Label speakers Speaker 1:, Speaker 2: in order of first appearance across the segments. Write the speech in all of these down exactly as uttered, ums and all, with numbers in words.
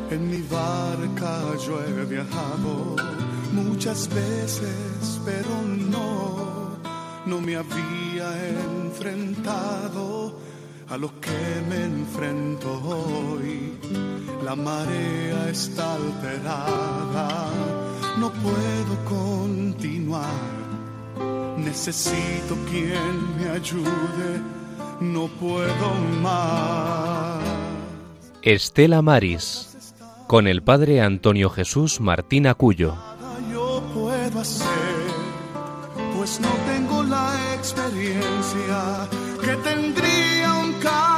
Speaker 1: En mi barca yo he viajado muchas veces, pero no, no me había enfrentado a lo que me enfrento hoy. La marea está alterada, no puedo continuar. Necesito quien me ayude, no puedo más.
Speaker 2: Estela Maris, con el padre Antonio Jesús Martín Acuyo.
Speaker 1: Yo puedo hacer, pues no tengo la experiencia que tendría un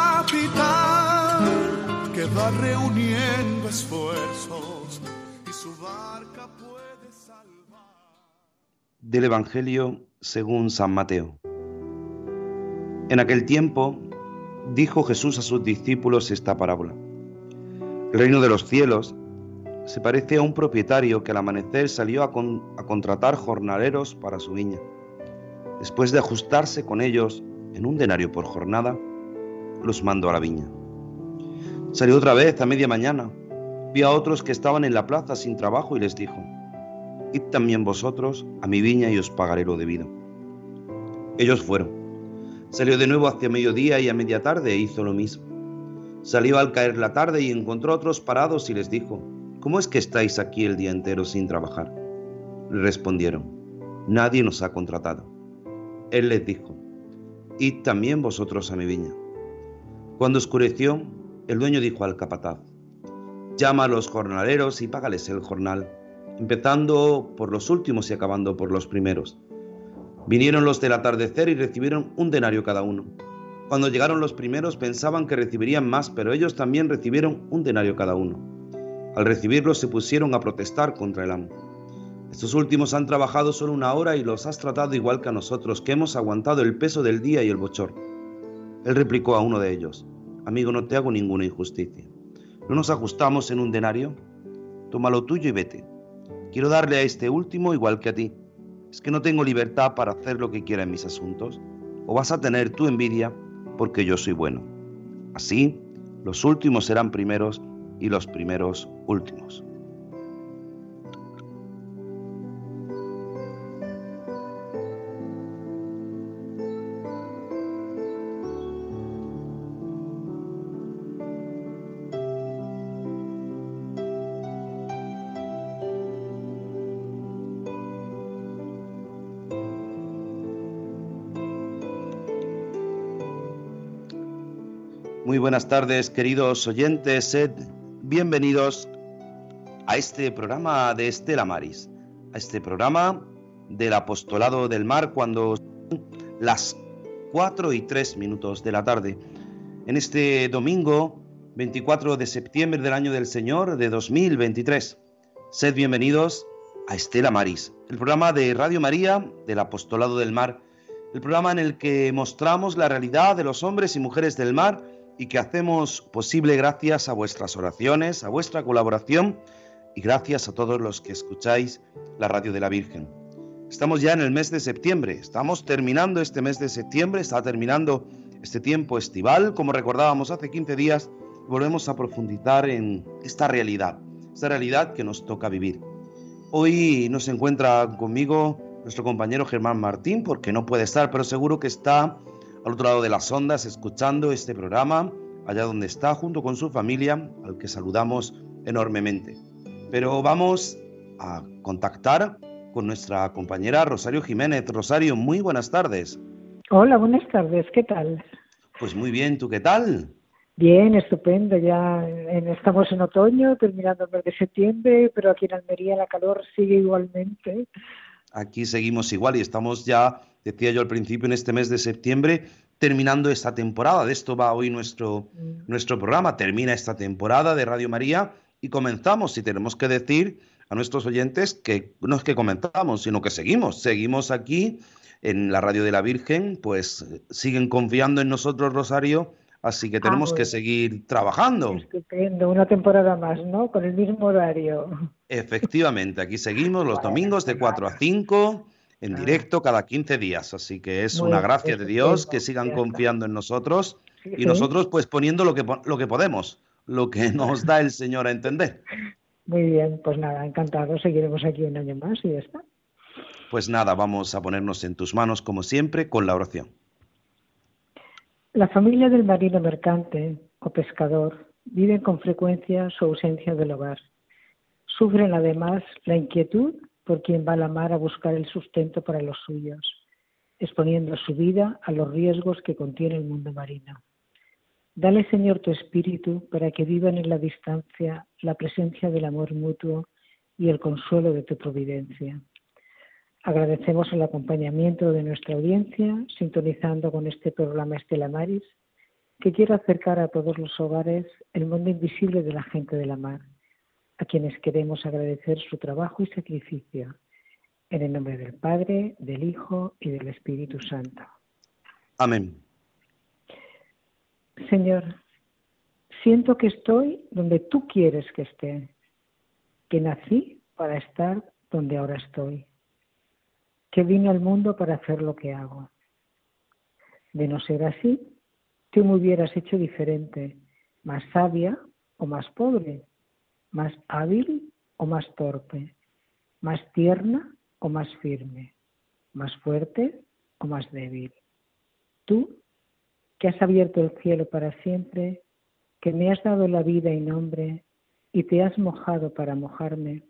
Speaker 1: capitán que va reuniendo esfuerzos y su barca puede salvar.
Speaker 3: Del Evangelio según San Mateo. En aquel tiempo dijo Jesús a sus discípulos esta parábola. El reino de los cielos se parece a un propietario que al amanecer salió a, con, a contratar jornaleros para su viña. Después de ajustarse con ellos en un denario por jornada, los mandó a la viña. Salió otra vez a media mañana, vio a otros que estaban en la plaza sin trabajo y les dijo: id también vosotros a mi viña y os pagaré lo debido. Ellos fueron. Salió de nuevo hacia mediodía y a media tarde e hizo lo mismo. Salió al caer la tarde y encontró a otros parados y les dijo: ¿cómo es que estáis aquí el día entero sin trabajar? Le respondieron: nadie nos ha contratado. Él les dijo: id también vosotros a mi viña. Cuando oscureció, el dueño dijo al capataz: llama a los jornaleros y págales el jornal, empezando por los últimos y acabando por los primeros. Vinieron los del atardecer y recibieron un denario cada uno. Cuando llegaron los primeros pensaban que recibirían más, pero ellos también recibieron un denario cada uno. Al recibirlo se pusieron a protestar contra el amo. Estos últimos han trabajado solo una hora y los has tratado igual que a nosotros, que hemos aguantado el peso del día y el bochorno. Él replicó a uno de ellos: amigo, no te hago ninguna injusticia. ¿No nos ajustamos en un denario? Toma lo tuyo y vete. Quiero darle a este último igual que a ti. ¿Es que no tengo libertad para hacer lo que quiera en mis asuntos? ¿O vas a tener tu envidia porque yo soy bueno? Así, los últimos serán primeros y los primeros últimos. Muy buenas tardes, queridos oyentes, sed bienvenidos a este programa de Estela Maris, a este programa del Apostolado del Mar, cuando son las cuatro y tres minutos de la tarde. En este domingo, veinticuatro de septiembre del año del Señor de dos mil veintitrés. Sed bienvenidos a Estela Maris, el programa de Radio María del Apostolado del Mar, el programa en el que mostramos la realidad de los hombres y mujeres del mar y que hacemos posible gracias a vuestras oraciones, a vuestra colaboración y gracias a todos los que escucháis la Radio de la Virgen. Estamos ya en el mes de septiembre, estamos terminando este mes de septiembre, está terminando este tiempo estival, como recordábamos hace quince días, volvemos a profundizar en esta realidad, esta realidad que nos toca vivir. Hoy no se encuentra conmigo nuestro compañero Germán Martín, porque no puede estar, pero seguro que está al otro lado de las ondas, escuchando este programa, allá donde está, junto con su familia, al que saludamos enormemente. Pero vamos a contactar con nuestra compañera Rosario Jiménez. Rosario, muy buenas tardes.
Speaker 4: Hola, buenas tardes, ¿qué tal?
Speaker 3: Pues muy bien, ¿tú qué tal?
Speaker 4: Bien, estupendo, ya en, estamos en otoño, terminando el mes de septiembre, pero aquí en Almería la calor sigue igualmente.
Speaker 3: Aquí seguimos igual y estamos ya, decía yo al principio, en este mes de septiembre, terminando esta temporada. De esto va hoy nuestro, mm. nuestro programa. Termina esta temporada de Radio María y comenzamos, y tenemos que decir a nuestros oyentes que no es que comenzamos, sino que seguimos. Seguimos aquí en la Radio de la Virgen, pues siguen confiando en nosotros, Rosario, así que tenemos ah, bueno. que seguir trabajando.
Speaker 4: Estupendo, una temporada más, ¿no? Con el mismo horario.
Speaker 3: Efectivamente, aquí seguimos los bueno, domingos de cuatro a cinco, en ah. directo cada quince días, así que es Muy una gracia de Dios que sigan confiando en nosotros sí, y sí. nosotros pues poniendo lo que, lo que podemos, lo que nos da el Señor a entender.
Speaker 4: Muy bien, pues nada, encantado. Seguiremos aquí un año más y ya está.
Speaker 3: Pues nada, vamos a ponernos en tus manos, como siempre, con la oración.
Speaker 4: La familia del marino mercante o pescador vive con frecuencia su ausencia del hogar. Sufren además la inquietud por quien va a la mar a buscar el sustento para los suyos, exponiendo su vida a los riesgos que contiene el mundo marino. Dale, Señor, tu espíritu para que vivan en la distancia la presencia del amor mutuo y el consuelo de tu providencia. Agradecemos el acompañamiento de nuestra audiencia, sintonizando con este programa Estela Maris, que quiere acercar a todos los hogares el mundo invisible de la gente de la mar, a quienes queremos agradecer su trabajo y sacrificio. En el nombre del Padre, del Hijo y del Espíritu Santo.
Speaker 3: Amén.
Speaker 4: Señor, siento que estoy donde tú quieres que esté, que nací para estar donde ahora estoy, que vine al mundo para hacer lo que hago. De no ser así, tú me hubieras hecho diferente, más sabia o más pobre, más hábil o más torpe, más tierna o más firme, más fuerte o más débil. Tú, que has abierto el cielo para siempre, que me has dado la vida y nombre, y te has mojado para mojarme,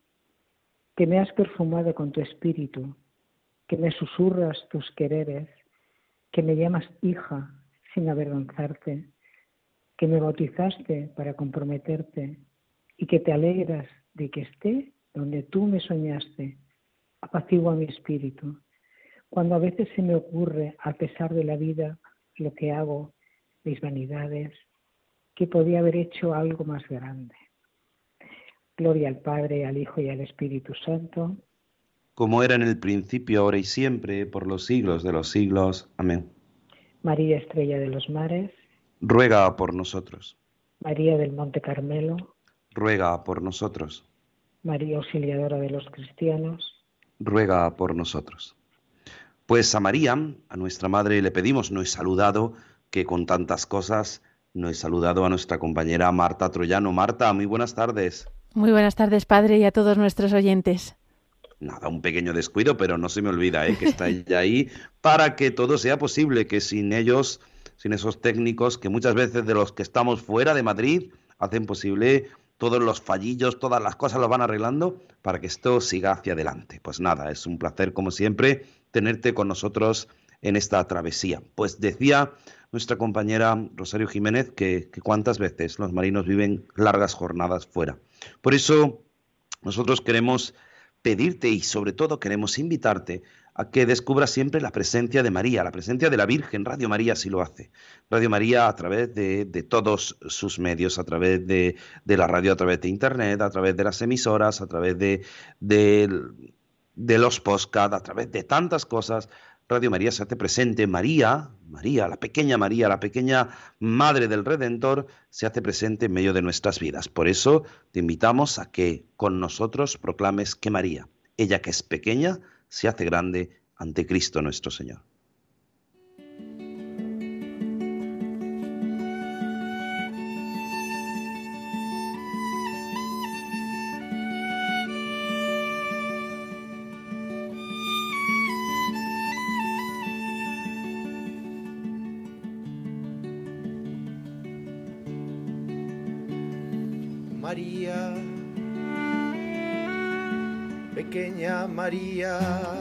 Speaker 4: que me has perfumado con tu espíritu, que me susurras tus quereres, que me llamas hija sin avergonzarte, que me bautizaste para comprometerte, y que te alegras de que esté donde tú me soñaste, apacigua mi espíritu. Cuando a veces se me ocurre, a pesar de la vida, lo que hago, mis vanidades, que podía haber hecho algo más grande. Gloria al Padre, al Hijo y al Espíritu Santo.
Speaker 3: Como era en el principio, ahora y siempre, por los siglos de los siglos. Amén.
Speaker 4: María, Estrella de los Mares.
Speaker 3: Ruega por nosotros.
Speaker 4: María del Monte Carmelo.
Speaker 3: Ruega por nosotros.
Speaker 4: María, Auxiliadora de los Cristianos.
Speaker 3: Ruega por nosotros. Pues a María, a nuestra Madre, le pedimos, no he saludado, que con tantas cosas, no he saludado a nuestra compañera Marta Troyano. Marta, muy buenas tardes.
Speaker 5: Muy buenas tardes, Padre, y a todos nuestros oyentes.
Speaker 3: Nada, un pequeño descuido, pero no se me olvida, ¿eh? Que está ella ahí para que todo sea posible, que sin ellos, sin esos técnicos, que muchas veces de los que estamos fuera de Madrid, hacen posible todos los fallillos, todas las cosas los van arreglando para que esto siga hacia adelante. Pues nada, es un placer, como siempre, tenerte con nosotros en esta travesía. Pues decía nuestra compañera Rosario Jiménez que, que cuántas veces los marinos viven largas jornadas fuera. Por eso nosotros queremos pedirte y sobre todo queremos invitarte a que descubras siempre la presencia de María, la presencia de la Virgen. Radio María sí lo hace. Radio María a través de, de todos sus medios, a través de, de la radio, a través de internet, a través de las emisoras, a través de, de, de los podcasts, a través de tantas cosas. Radio María se hace presente. María, María, la pequeña María, la pequeña Madre del Redentor, se hace presente en medio de nuestras vidas. Por eso te invitamos a que con nosotros proclames que María, ella que es pequeña, se hace grande ante Cristo nuestro Señor.
Speaker 6: María, pequeña María,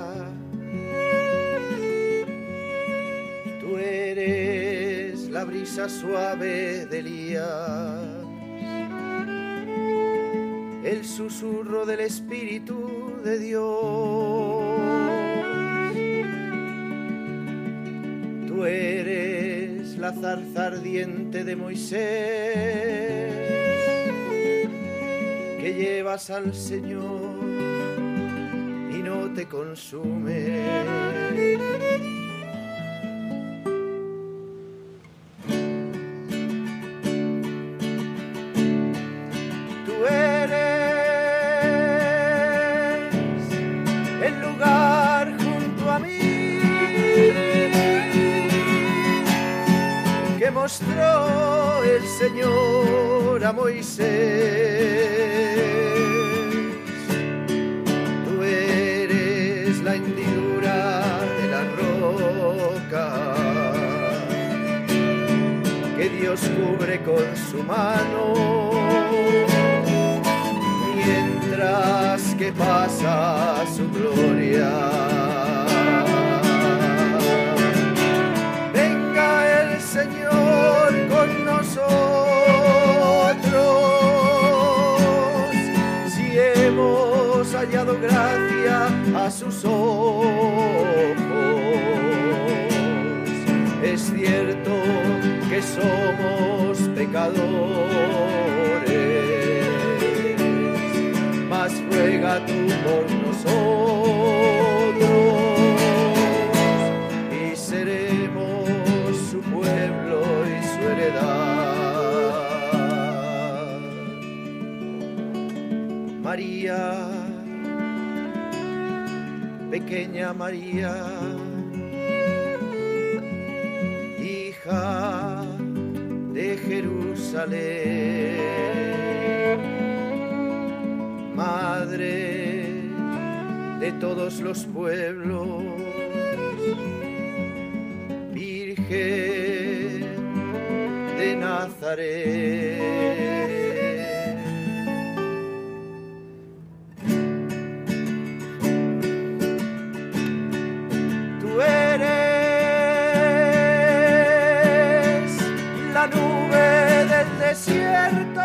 Speaker 6: tú eres la brisa suave del día, el susurro del Espíritu de Dios. Tú eres la zarza ardiente de Moisés, que llevas al Señor y no te consume. Tú eres el lugar junto a mí que mostró el Señor Señor a Moisés. Tú eres la hendidura de la roca que Dios cubre con su mano, mientras que pasa su gloria. Venga el Señor con nosotros, si hemos hallado gracia a sus ojos. Es cierto que somos pecadores, mas ruega tú por nosotros y seremos su pueblo y su heredad. María, pequeña María, hija de Jerusalén, madre de todos los pueblos, Virgen de Nazaret. Tú eres la nube del desierto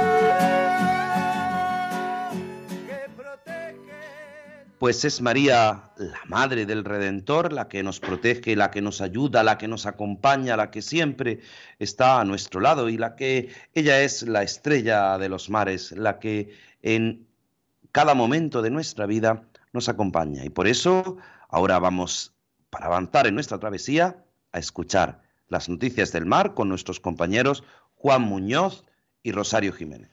Speaker 6: que protege.
Speaker 3: Pues es María, la Madre del Redentor, la que nos protege, la que nos ayuda, la que nos acompaña, la que siempre está a nuestro lado y la que ella es la estrella de los mares, la que en cada momento de nuestra vida nos acompaña. Y por eso ahora vamos, para avanzar en nuestra travesía, a escuchar las noticias del mar con nuestros compañeros Juan Muñoz y Rosario Jiménez.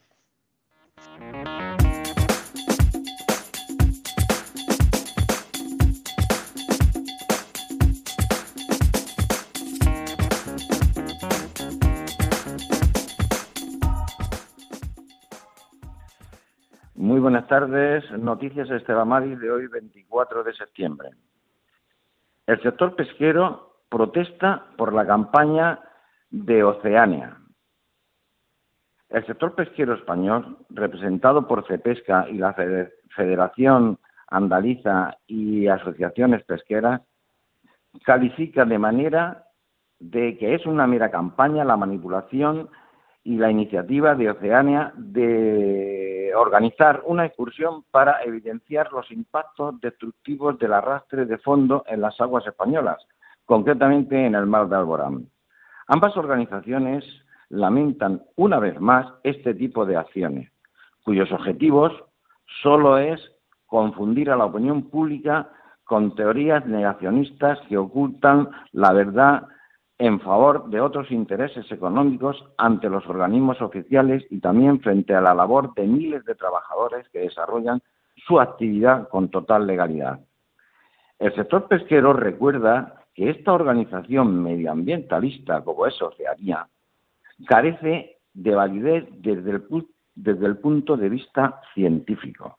Speaker 7: Muy buenas tardes, noticias Estela Maris de hoy veinticuatro de septiembre. El sector pesquero protesta por la campaña de Oceania. El sector pesquero español, representado por Cepesca y la Federación Andaluza y asociaciones pesqueras, califica de manera de que es una mera campaña la manipulación y la iniciativa de Oceania de organizar una excursión para evidenciar los impactos destructivos del arrastre de fondo en las aguas españolas, concretamente en el mar de Alborán. Ambas organizaciones lamentan una vez más este tipo de acciones, cuyos objetivos solo es confundir a la opinión pública con teorías negacionistas que ocultan la verdad en favor de otros intereses económicos ante los organismos oficiales y también frente a la labor de miles de trabajadores que desarrollan su actividad con total legalidad. El sector pesquero recuerda que esta organización medioambientalista, como es Oceania, carece de validez desde el, desde el punto de vista científico.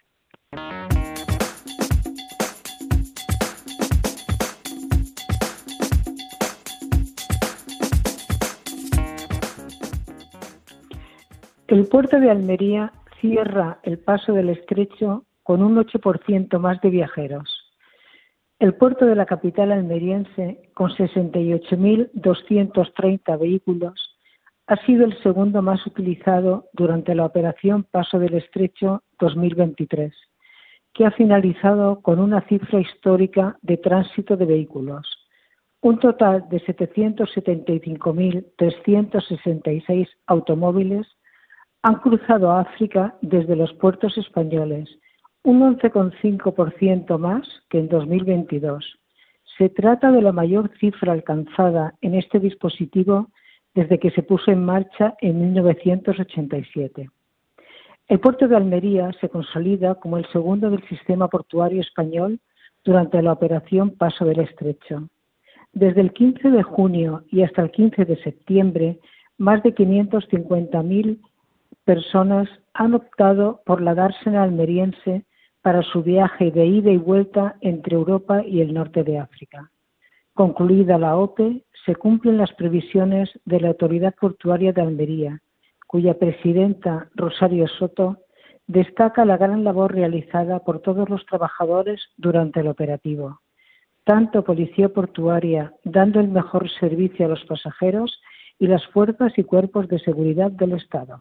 Speaker 4: El puerto de Almería cierra el paso del estrecho con un ocho por ciento más de viajeros. El puerto de la capital almeriense, con sesenta y ocho mil doscientos treinta vehículos, ha sido el segundo más utilizado durante la operación Paso del Estrecho dos mil veintitrés, que ha finalizado con una cifra histórica de tránsito de vehículos. Un total de setecientos setenta y cinco mil trescientos sesenta y seis automóviles han cruzado África desde los puertos españoles, un once coma cinco por ciento más que en dos mil veintidós. Se trata de la mayor cifra alcanzada en este dispositivo desde que se puso en marcha en mil novecientos ochenta y siete. El puerto de Almería se consolida como el segundo del sistema portuario español durante la operación Paso del Estrecho. Desde el quince de junio y hasta el quince de septiembre, más de quinientos cincuenta mil personas han optado por la dársena almeriense para su viaje de ida y vuelta entre Europa y el norte de África. Concluida la O P E, se cumplen las previsiones de la Autoridad Portuaria de Almería, cuya presidenta, Rosario Soto, destaca la gran labor realizada por todos los trabajadores durante el operativo. Tanto Policía Portuaria, dando el mejor servicio a los pasajeros, y las fuerzas y cuerpos de seguridad del Estado.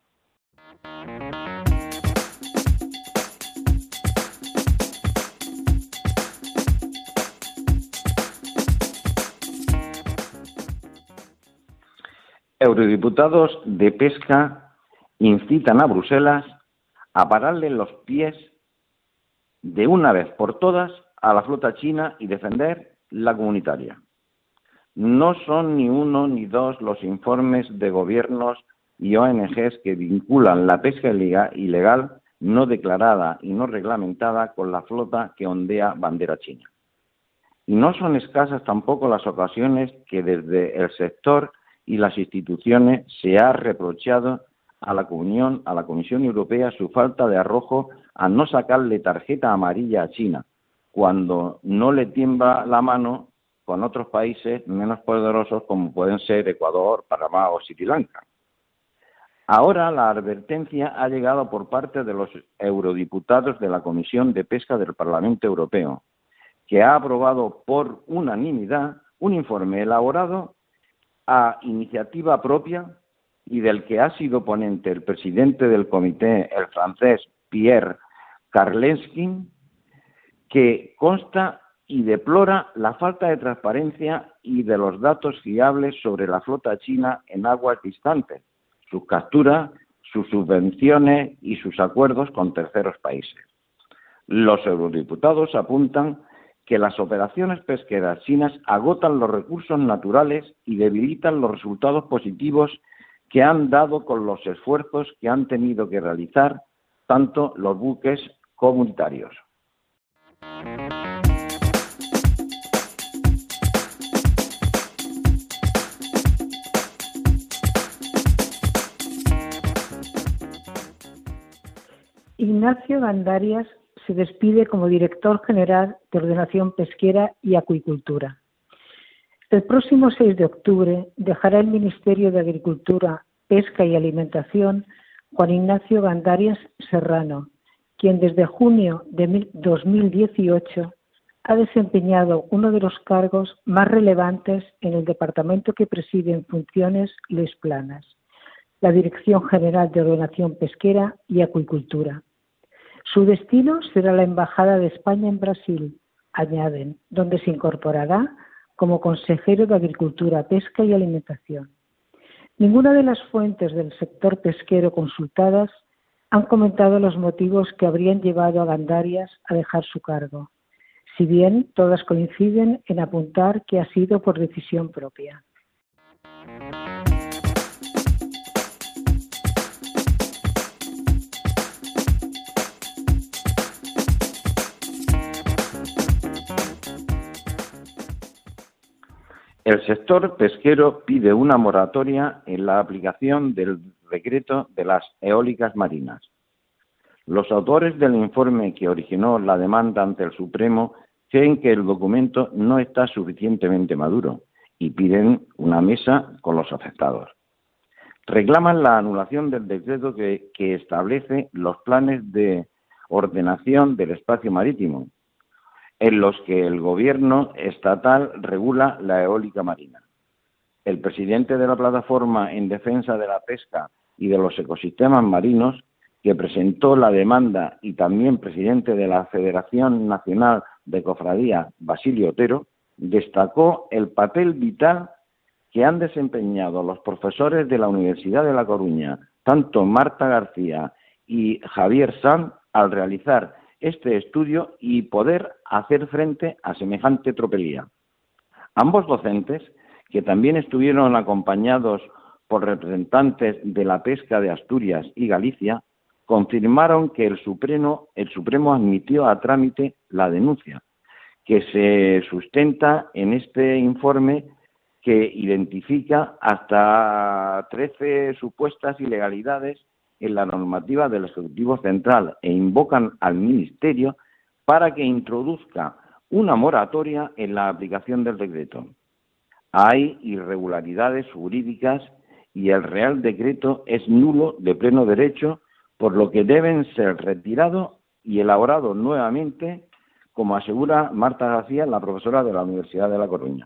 Speaker 7: Eurodiputados de Pesca incitan a Bruselas a pararle los pies de una vez por todas a la flota china y defender la comunitaria. No son ni uno ni dos los informes de gobiernos y O N Ges que vinculan la pesca ilegal no declarada y no reglamentada con la flota que ondea bandera china. Y no son escasas tampoco las ocasiones que desde el sector y las instituciones se ha reprochado a la Unión, a la Comisión Europea su falta de arrojo a no sacarle tarjeta amarilla a China, cuando no le tiembla la mano con otros países menos poderosos como pueden ser Ecuador, Panamá o Sri Lanka. Ahora la advertencia ha llegado por parte de los eurodiputados de la Comisión de Pesca del Parlamento Europeo, que ha aprobado por unanimidad un informe elaborado a iniciativa propia y del que ha sido ponente el presidente del comité, el francés Pierre Karlenski, que consta y deplora la falta de transparencia y de los datos fiables sobre la flota china en aguas distantes, sus capturas, sus subvenciones y sus acuerdos con terceros países. Los eurodiputados apuntan que las operaciones pesqueras chinas agotan los recursos naturales y debilitan los resultados positivos que han dado con los esfuerzos que han tenido que realizar tanto los buques comunitarios.
Speaker 4: Ignacio Gandarias se despide como director general de Ordenación Pesquera y Acuicultura. El próximo seis de octubre dejará el Ministerio de Agricultura, Pesca y Alimentación Juan Ignacio Gandarias Serrano, quien desde junio de dos mil dieciocho ha desempeñado uno de los cargos más relevantes en el departamento que preside en funciones Les Planas, la Dirección General de Ordenación Pesquera y Acuicultura. Su destino será la Embajada de España en Brasil, añaden, donde se incorporará como consejero de Agricultura, Pesca y Alimentación. Ninguna de las fuentes del sector pesquero consultadas han comentado los motivos que habrían llevado a Gandarias a dejar su cargo, si bien todas coinciden en apuntar que ha sido por decisión propia.
Speaker 7: El sector pesquero pide una moratoria en la aplicación del decreto de las eólicas marinas. Los autores del informe que originó la demanda ante el Supremo creen que el documento no está suficientemente maduro y piden una mesa con los afectados. Reclaman la anulación del decreto que, que establece los planes de ordenación del espacio marítimo, en los que el gobierno estatal regula la eólica marina. El presidente de la Plataforma en Defensa de la Pesca y de los Ecosistemas Marinos, que presentó la demanda, y también presidente de la Federación Nacional de Cofradías, Basilio Otero, destacó el papel vital que han desempeñado los profesores de la Universidad de La Coruña, tanto Marta García y Javier Sanz, al realizar este estudio y poder hacer frente a semejante tropelía. Ambos docentes, que también estuvieron acompañados por representantes de la pesca de Asturias y Galicia, confirmaron que el Supremo, el Supremo admitió a trámite la denuncia, que se sustenta en este informe que identifica hasta trece supuestas ilegalidades en la normativa del Ejecutivo Central e invocan al Ministerio para que introduzca una moratoria en la aplicación del decreto. Hay irregularidades jurídicas y el Real Decreto es nulo de pleno derecho, por lo que deben ser retirados y elaborados nuevamente, como asegura Marta García, la profesora de la Universidad de La Coruña.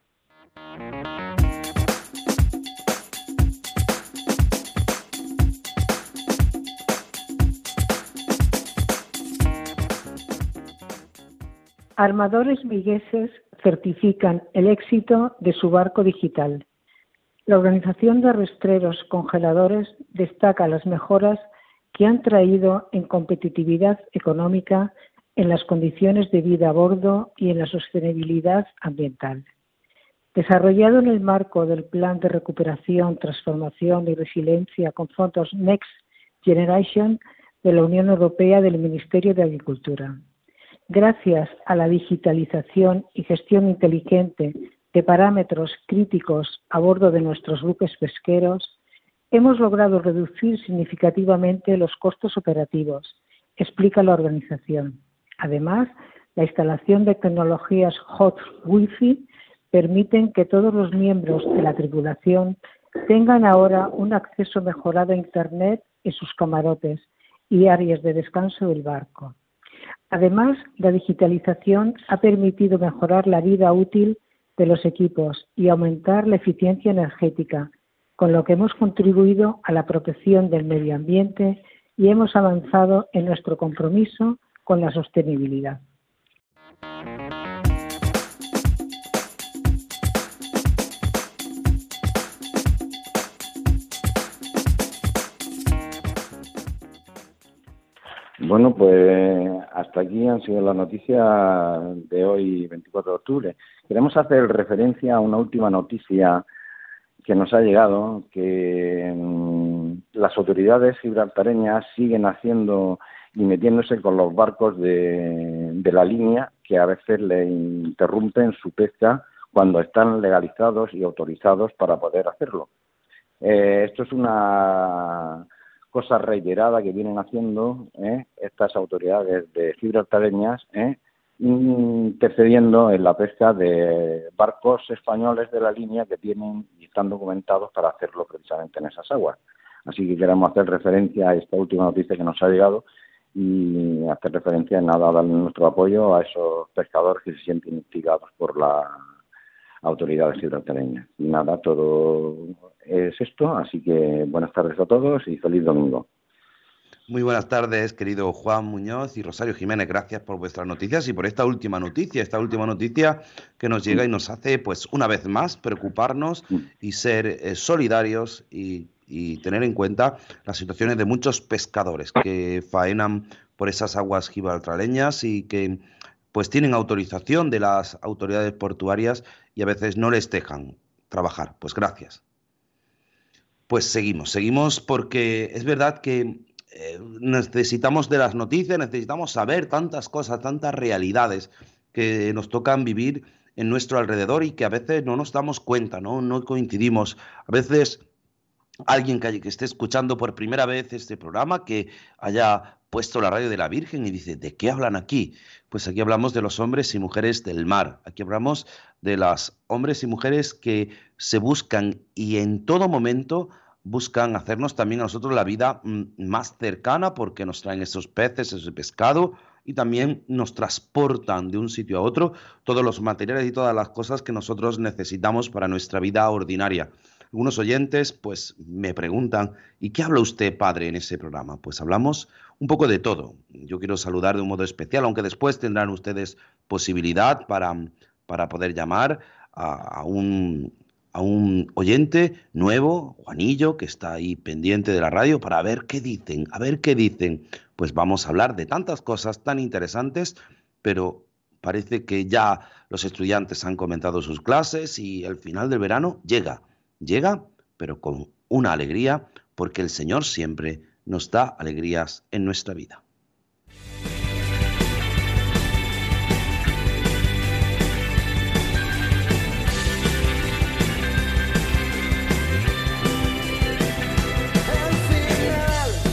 Speaker 4: Armadores vigueses certifican el éxito de su barco digital. La Organización de Arrastreros Congeladores destaca las mejoras que han traído en competitividad económica, en las condiciones de vida a bordo y en la sostenibilidad ambiental. Desarrollado en el marco del Plan de Recuperación, Transformación y Resiliencia con fondos Next Generation de la Unión Europea del Ministerio de Agricultura. Gracias a la digitalización y gestión inteligente de parámetros críticos a bordo de nuestros buques pesqueros, hemos logrado reducir significativamente los costos operativos, explica la organización. Además, la instalación de tecnologías Hot Wi-Fi permiten que todos los miembros de la tripulación tengan ahora un acceso mejorado a Internet en sus camarotes y áreas de descanso del barco. Además, la digitalización ha permitido mejorar la vida útil de los equipos y aumentar la eficiencia energética, con lo que hemos contribuido a la protección del medio ambiente y hemos avanzado en nuestro compromiso con la sostenibilidad.
Speaker 7: Bueno, pues hasta aquí han sido las noticias de hoy, veinticuatro de octubre. Queremos hacer referencia a una última noticia que nos ha llegado, que mmm, las autoridades gibraltareñas siguen haciendo y metiéndose con los barcos de, de la línea, que a veces le interrumpen su pesca cuando están legalizados y autorizados para poder hacerlo. Eh, esto es una cosa reiterada que vienen haciendo ¿eh? estas autoridades de gibraltareñas, ¿eh? intercediendo en la pesca de barcos españoles de la línea que tienen y están documentados para hacerlo precisamente en esas aguas. Así que queremos hacer referencia a esta última noticia que nos ha llegado y hacer referencia en nada a dar nuestro apoyo a esos pescadores que se sienten instigados por las autoridades gibraltareñas. Y nada, todo es esto, así que buenas tardes a todos y feliz domingo.
Speaker 3: Muy buenas tardes, querido Juan Muñoz y Rosario Jiménez. Gracias por vuestras noticias y por esta última noticia, esta última noticia que nos llega y nos hace, pues, una vez más preocuparnos y ser eh, solidarios y, y tener en cuenta las situaciones de muchos pescadores que faenan por esas aguas gibraltareñas y que, pues, tienen autorización de las autoridades portuarias y a veces no les dejan trabajar. Pues gracias. Pues seguimos, seguimos porque es verdad que eh, necesitamos de las noticias, necesitamos saber tantas cosas, tantas realidades que nos tocan vivir en nuestro alrededor y que a veces no nos damos cuenta, no, no coincidimos. A veces alguien que, que esté escuchando por primera vez este programa, que haya puesto la radio de la Virgen y dice, ¿de qué hablan aquí? Pues aquí hablamos de los hombres y mujeres del mar, aquí hablamos de los hombres y mujeres que se buscan y en todo momento buscan hacernos también a nosotros la vida más cercana porque nos traen esos peces, ese pescado y también nos transportan de un sitio a otro todos los materiales y todas las cosas que nosotros necesitamos para nuestra vida ordinaria. Algunos oyentes pues me preguntan, ¿y qué habla usted, padre, en ese programa? Pues hablamos un poco de todo. Yo quiero saludar de un modo especial, aunque después tendrán ustedes posibilidad para, para poder llamar a, a, un, a un oyente nuevo, Juanillo, que está ahí pendiente de la radio, para ver qué dicen, a ver qué dicen. Pues vamos a hablar de tantas cosas tan interesantes, pero parece que ya los estudiantes han comenzado sus clases y el final del verano llega. Llega, pero con una alegría, porque el Señor siempre nos da alegrías en nuestra vida.
Speaker 6: Al final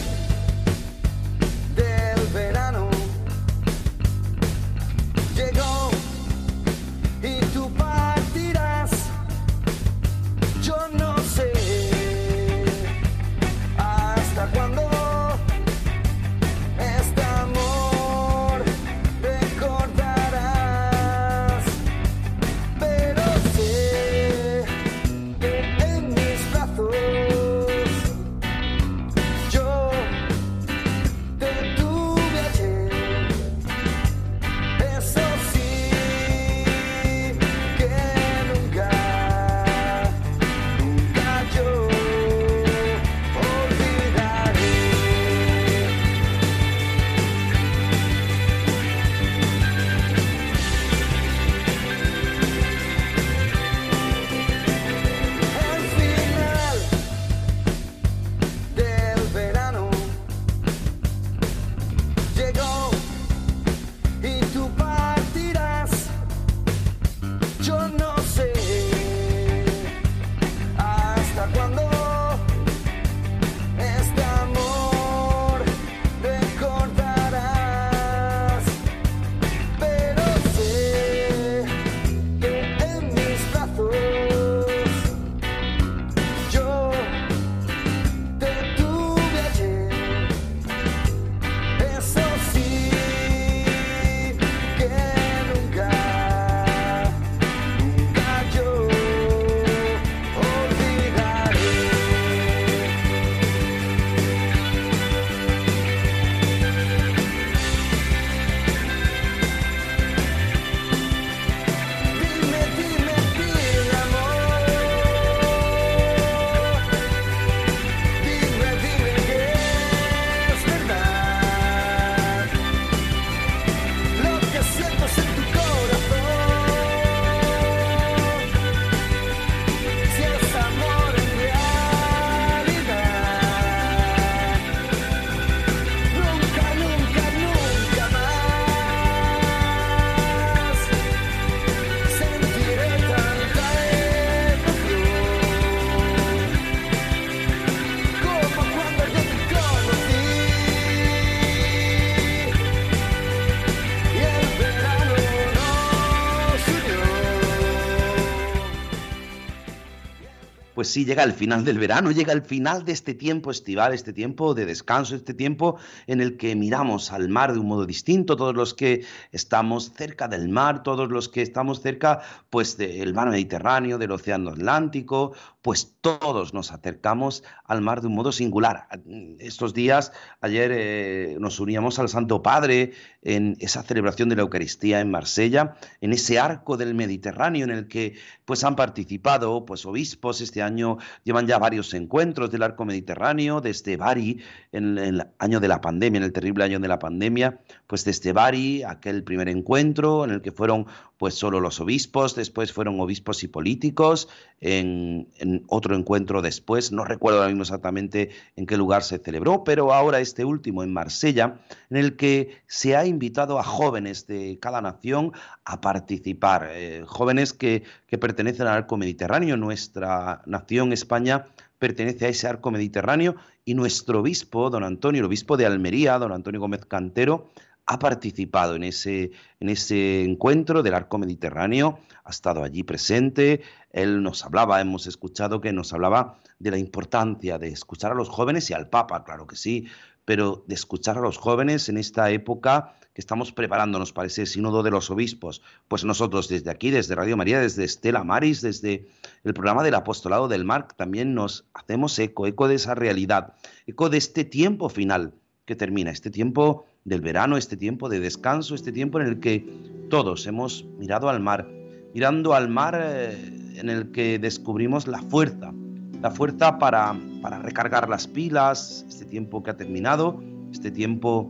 Speaker 3: Pues sí, llega el final del verano, llega el final de este tiempo estival, este tiempo de descanso, este tiempo en el que miramos al mar de un modo distinto, todos los que estamos cerca del mar, todos los que estamos cerca pues del mar Mediterráneo, del Océano Atlántico, pues todos nos acercamos al mar de un modo singular. Estos días, ayer eh, nos uníamos al Santo Padre en esa celebración de la Eucaristía en Marsella, en ese arco del Mediterráneo en el que pues han participado pues obispos. Este año llevan ya varios encuentros del arco mediterráneo, desde Bari, en el año de la pandemia, en el terrible año de la pandemia, pues desde Bari, aquel primer encuentro en el que fueron pues solo los obispos, después fueron obispos y políticos, en, en otro encuentro después, no recuerdo ahora mismo exactamente en qué lugar se celebró, pero ahora este último en Marsella, en el que se ha invitado a jóvenes de cada nación a participar, eh, jóvenes que, que pertenecen al arco mediterráneo. Nuestra nación, España, pertenece a ese arco mediterráneo y nuestro obispo, don Antonio, el obispo de Almería, don Antonio Gómez Cantero, ha participado en ese, en ese encuentro del arco mediterráneo, ha estado allí presente. Él nos hablaba, hemos escuchado que nos hablaba de la importancia de escuchar a los jóvenes y al Papa, claro que sí, pero de escuchar a los jóvenes en esta época que estamos preparándonos para ese sínodo de los obispos. Pues nosotros desde aquí, desde Radio María, desde Stella Maris, desde el programa del Apostolado del Mar, también nos hacemos eco, eco de esa realidad, eco de este tiempo final que termina, este tiempo del verano, este tiempo de descanso, este tiempo en el que todos hemos mirado al mar, mirando al mar eh, en el que descubrimos la fuerza, la fuerza para, para recargar las pilas, este tiempo que ha terminado, este tiempo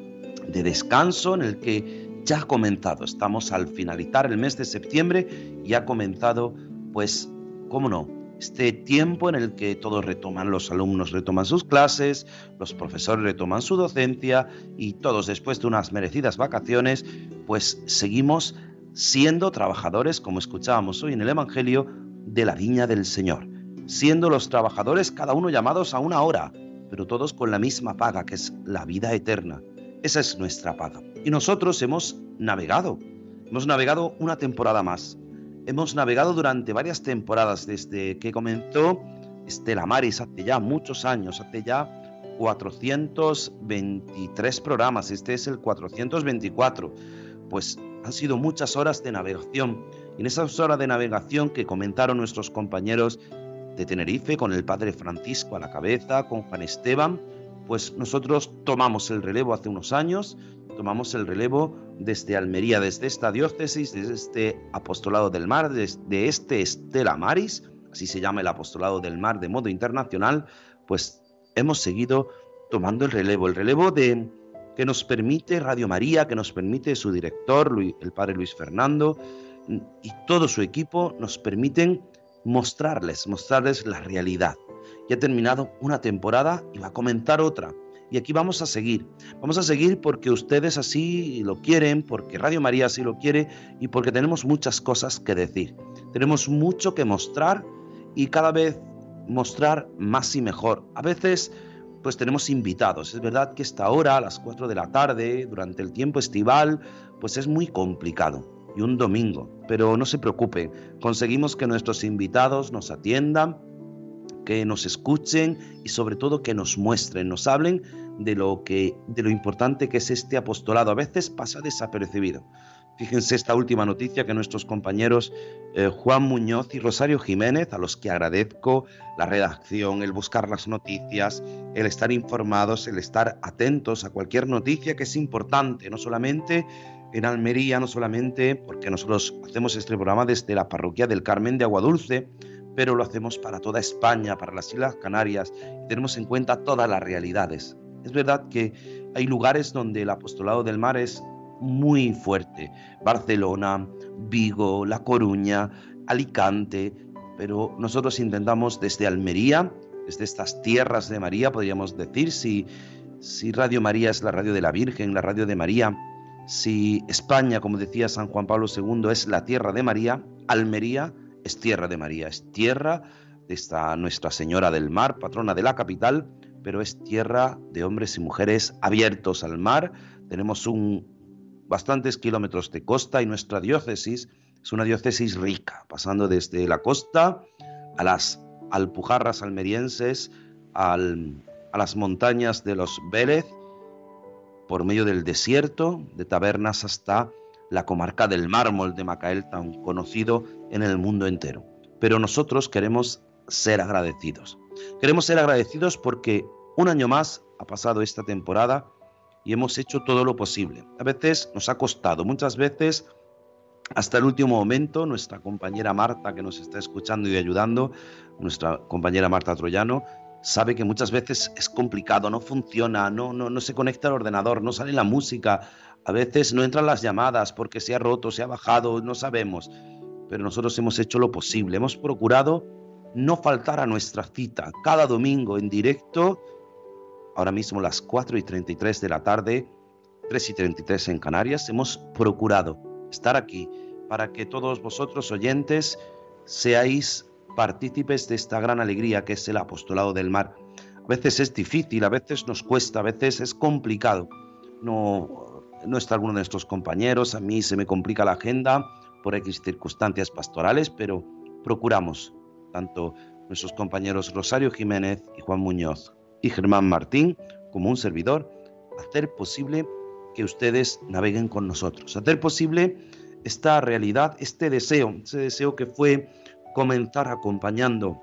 Speaker 3: de descanso en el que ya ha comenzado. Estamos al finalizar el mes de septiembre y ha comenzado, pues, cómo no, este tiempo en el que todos retoman, los alumnos retoman sus clases, los profesores retoman su docencia y todos, después de unas merecidas vacaciones, pues seguimos siendo trabajadores, como escuchábamos hoy en el Evangelio, de la viña del Señor, siendo los trabajadores cada uno llamados a una hora, pero todos con la misma paga, que es la vida eterna. Esa es nuestra paga. Y nosotros hemos navegado, hemos navegado una temporada más. Hemos navegado durante varias temporadas desde que comenzó Stella Maris hace ya muchos años, hace ya cuatrocientos veintitrés programas, este es el cuatrocientos veinticuatro. Pues han sido muchas horas de navegación. Y en esas horas de navegación que comentaron nuestros compañeros de Tenerife, con el padre Francisco a la cabeza, con Juan Esteban, pues nosotros tomamos el relevo hace unos años, tomamos el relevo desde Almería, desde esta diócesis, desde este apostolado del mar, desde este Stella Maris, así se llama el apostolado del mar de modo internacional, pues hemos seguido tomando el relevo, el relevo de que nos permite Radio María, que nos permite su director, Luis, el padre Luis Fernando, y todo su equipo nos permiten mostrarles, mostrarles la realidad. Ya ha terminado una temporada y va a comenzar otra. Y aquí vamos a seguir. Vamos a seguir porque ustedes así lo quieren, porque Radio María así lo quiere y porque tenemos muchas cosas que decir. Tenemos mucho que mostrar y cada vez mostrar más y mejor. A veces pues tenemos invitados. Es verdad que esta hora, a las cuatro de la tarde, durante el tiempo estival, pues es muy complicado. Y un domingo. Pero no se preocupen. Conseguimos que nuestros invitados nos atiendan, que nos escuchen y sobre todo que nos muestren, nos hablen de lo que, de lo importante que es este apostolado. A veces pasa desapercibido. Fíjense esta última noticia que nuestros compañeros eh, Juan Muñoz y Rosario Jiménez, a los que agradezco la redacción, el buscar las noticias, el estar informados, el estar atentos a cualquier noticia que es importante, no solamente en Almería, no solamente porque nosotros hacemos este programa desde la parroquia del Carmen de Aguadulce, pero lo hacemos para toda España, para las Islas Canarias, y tenemos en cuenta todas las realidades. Es verdad que hay lugares donde el apostolado del mar es muy fuerte. Barcelona, Vigo, La Coruña, Alicante, pero nosotros intentamos desde Almería, desde estas tierras de María, podríamos decir, si, si Radio María es la radio de la Virgen, la radio de María, si España, como decía San Juan Pablo segundo, es la tierra de María, Almería es tierra de María, es tierra de esta Nuestra Señora del Mar, patrona de la capital, pero es tierra de hombres y mujeres abiertos al mar. Tenemos un, bastantes kilómetros de costa y nuestra diócesis es una diócesis rica, pasando desde la costa a las alpujarras almerienses, al, a las montañas de los Vélez, por medio del desierto, de Tabernas hasta la comarca del Mármol de Macael, tan conocido en el mundo entero. Pero nosotros queremos ser agradecidos. Queremos ser agradecidos porque un año más ha pasado esta temporada y hemos hecho todo lo posible. A veces nos ha costado, muchas veces hasta el último momento. Nuestra compañera Marta, que nos está escuchando y ayudando, nuestra compañera Marta Troyano, sabe que muchas veces es complicado, no funciona, no, no, no se conecta al ordenador, no sale la música, a veces no entran las llamadas porque se ha roto, se ha bajado, no sabemos. Pero nosotros hemos hecho lo posible, hemos procurado no faltar a nuestra cita cada domingo en directo, ahora mismo las cuatro y treinta y tres de la tarde, tres y treinta y tres en Canarias. Hemos procurado estar aquí para que todos vosotros oyentes seáis partícipes de esta gran alegría que es el apostolado del mar. A veces es difícil, a veces nos cuesta, a veces es complicado. No, no está alguno de nuestros compañeros, a mí se me complica la agenda por X circunstancias pastorales, pero procuramos, tanto nuestros compañeros Rosario Jiménez y Juan Muñoz y Germán Martín, como un servidor, hacer posible que ustedes naveguen con nosotros, hacer posible esta realidad, este deseo, ese deseo que fue comenzar acompañando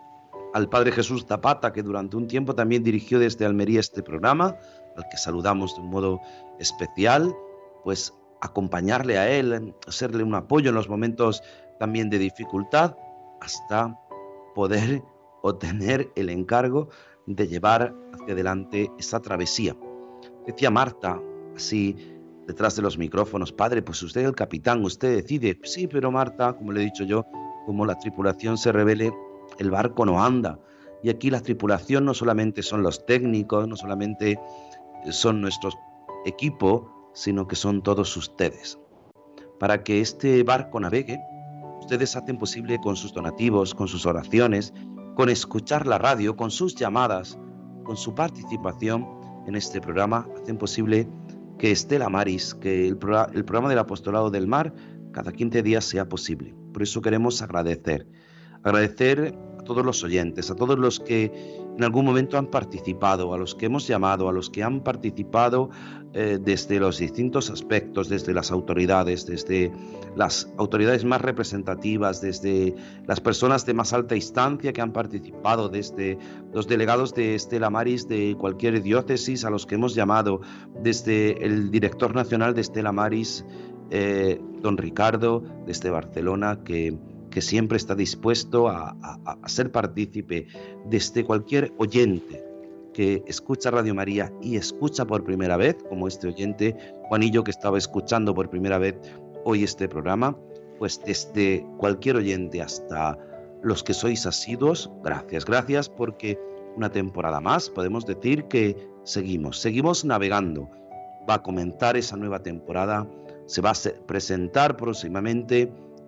Speaker 3: al Padre Jesús Zapata, que durante un tiempo también dirigió desde Almería este programa, al que saludamos de un modo especial, pues acompañarle a él, hacerle un apoyo en los momentos también de dificultad, hasta poder obtener el encargo de llevar hacia adelante esta travesía. Decía Marta, así detrás de los micrófonos: padre, pues usted es el capitán, usted decide. Sí, pero Marta, como le he dicho yo, como la tripulación se revele, el barco no anda. Y aquí la tripulación no solamente son los técnicos, no solamente son nuestro equipo, sino que son todos ustedes. Para que este barco navegue, ustedes hacen posible con sus donativos, con sus oraciones, con escuchar la radio, con sus llamadas, con su participación en este programa, hacen posible que Estela Maris, que el, pro, el programa del Apostolado del Mar, cada quince días sea posible. Por eso queremos agradecer, agradecer a todos los oyentes, a todos los que en algún momento han participado, a los que hemos llamado, a los que han participado eh, desde los distintos aspectos, desde las autoridades, desde las autoridades más representativas, desde las personas de más alta instancia que han participado, desde los delegados de Estela Maris de cualquier diócesis a los que hemos llamado, desde el director nacional de Estela Maris, eh, don Ricardo, desde Barcelona, que que siempre está dispuesto a, a, a ser partícipe, desde cualquier oyente que escucha Radio María y escucha por primera vez, como este oyente Juanillo, que estaba escuchando por primera vez hoy este programa, pues desde cualquier oyente hasta los que sois asiduos, gracias, gracias, porque una temporada más podemos decir que seguimos, seguimos navegando. Va a comenzar esa nueva temporada, se va a presentar próximamente.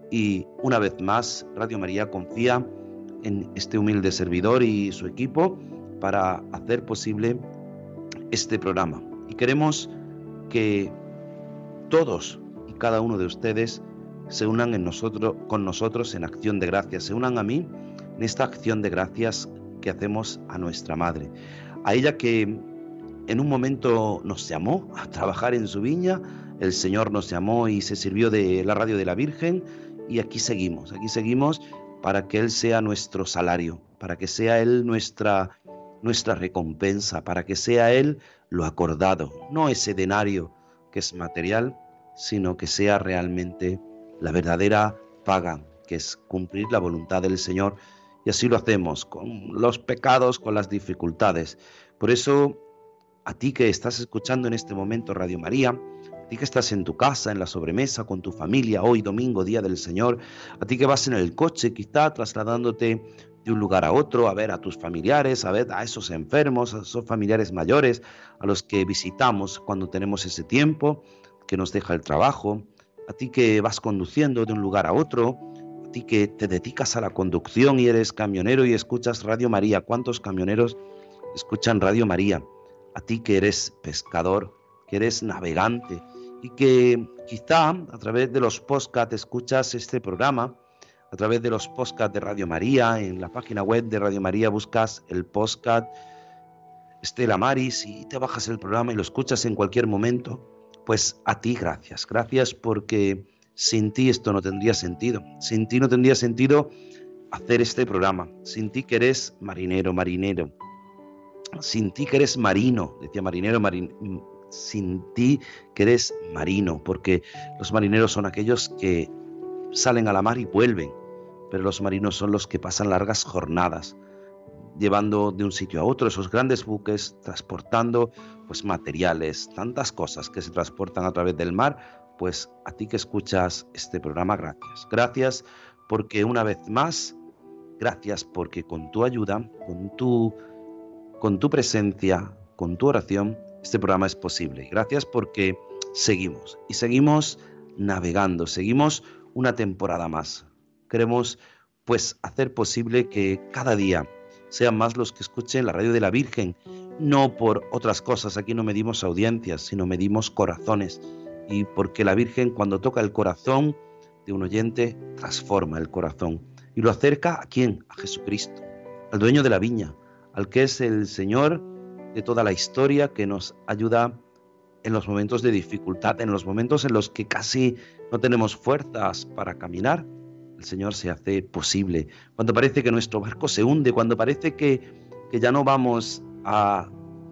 Speaker 3: Y una vez más, Radio María confía en este humilde servidor y su equipo para hacer posible este programa. Y queremos que todos y cada uno de ustedes se unan en nosotros, con nosotros en acción de gracias, se unan a mí en esta acción de gracias que hacemos a nuestra Madre, a ella que en un momento nos llamó a trabajar en su viña. El Señor nos llamó y se sirvió de la radio de la Virgen. Y aquí seguimos, aquí seguimos para que Él sea nuestro salario, para que sea Él nuestra, nuestra recompensa, para que sea Él lo acordado, no ese denario que es material, sino que sea realmente la verdadera paga, que es cumplir la voluntad del Señor. Y así lo hacemos, con los pecados, con las dificultades. Por eso, a ti que estás escuchando en este momento Radio María, a ti que estás en tu casa, en la sobremesa, con tu familia, hoy domingo, Día del Señor, a ti que vas en el coche, quizá trasladándote de un lugar a otro, a ver a tus familiares, a ver a esos enfermos, a esos familiares mayores, a los que visitamos cuando tenemos ese tiempo, que nos deja el trabajo, a ti que vas conduciendo de un lugar a otro, a ti que te dedicas a la conducción y eres camionero y escuchas Radio María. ¿Cuántos camioneros escuchan Radio María? A ti que eres pescador, que eres navegante y que quizá a través de los podcasts escuchas este programa, a través de los podcasts de Radio María. En la página web de Radio María buscas el podcast Estela Maris y te bajas el programa y lo escuchas en cualquier momento. Pues a ti gracias, gracias porque sin ti esto no tendría sentido. Sin ti no tendría sentido hacer este programa. Sin ti que eres marinero, marinero. Sin ti que eres marino, decía marinero, marinero. Sin ti que eres marino, porque los marineros son aquellos que salen a la mar y vuelven, pero los marinos son los que pasan largas jornadas, llevando de un sitio a otro esos grandes buques, transportando pues materiales, tantas cosas que se transportan a través del mar. Pues a ti que escuchas este programa, gracias. Gracias porque una vez más, gracias porque con tu ayuda, con tu, con tu presencia, con tu oración, este programa es posible. Gracias porque seguimos y seguimos navegando, seguimos una temporada más. Queremos pues hacer posible que cada día sean más los que escuchen la radio de la Virgen, no por otras cosas. Aquí no medimos audiencias, sino medimos corazones, y porque la Virgen, cuando toca el corazón de un oyente, transforma el corazón y lo acerca ¿a quién? A Jesucristo, al dueño de la viña, al que es el Señor de toda la historia, que nos ayuda en los momentos de dificultad, en los momentos en los que casi no tenemos fuerzas para caminar. El Señor se hace posible. Cuando parece que nuestro barco se hunde, cuando parece que, que ya no vamos a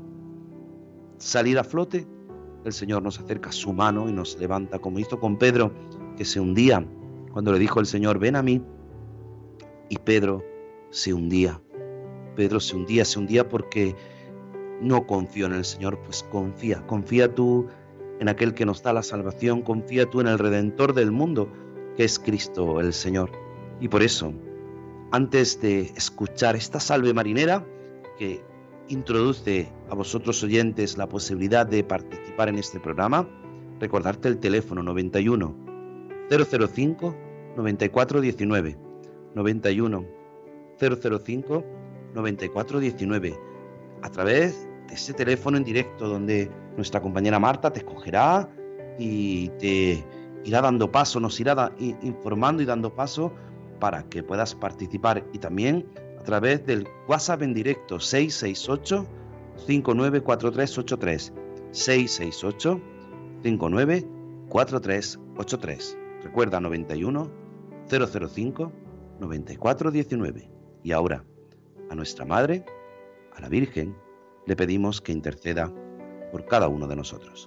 Speaker 3: salir a flote, el Señor nos acerca su mano y nos levanta, como hizo con Pedro, que se hundía cuando le dijo el Señor, ven a mí. Y Pedro se hundía. Pedro se hundía, se hundía porque no confió en el Señor. Pues confía, confía tú en aquel que nos da la salvación, confía tú en el Redentor del mundo, que es Cristo el Señor. Y por eso, antes de escuchar esta salve marinera que introduce a vosotros oyentes la posibilidad de participar en este programa, recordarte el teléfono noventa y uno, cero cero cinco, noventa y cuatro diecinueve, noventa y uno, cero cero cinco, noventa y cuatro diecinueve, a través de ese teléfono en directo donde nuestra compañera Marta te escogerá y te irá dando paso, nos irá da, informando y dando paso para que puedas participar, y también a través del WhatsApp en directo seis seis ocho, cinco nueve cuatro tres ocho tres, seis seis ocho, cinco nueve cuatro tres ocho tres. Recuerda noventa y uno, cero cero cinco, noventa y cuatro diecinueve. Y ahora, a nuestra Madre, a la Virgen, le pedimos que interceda por cada uno de nosotros.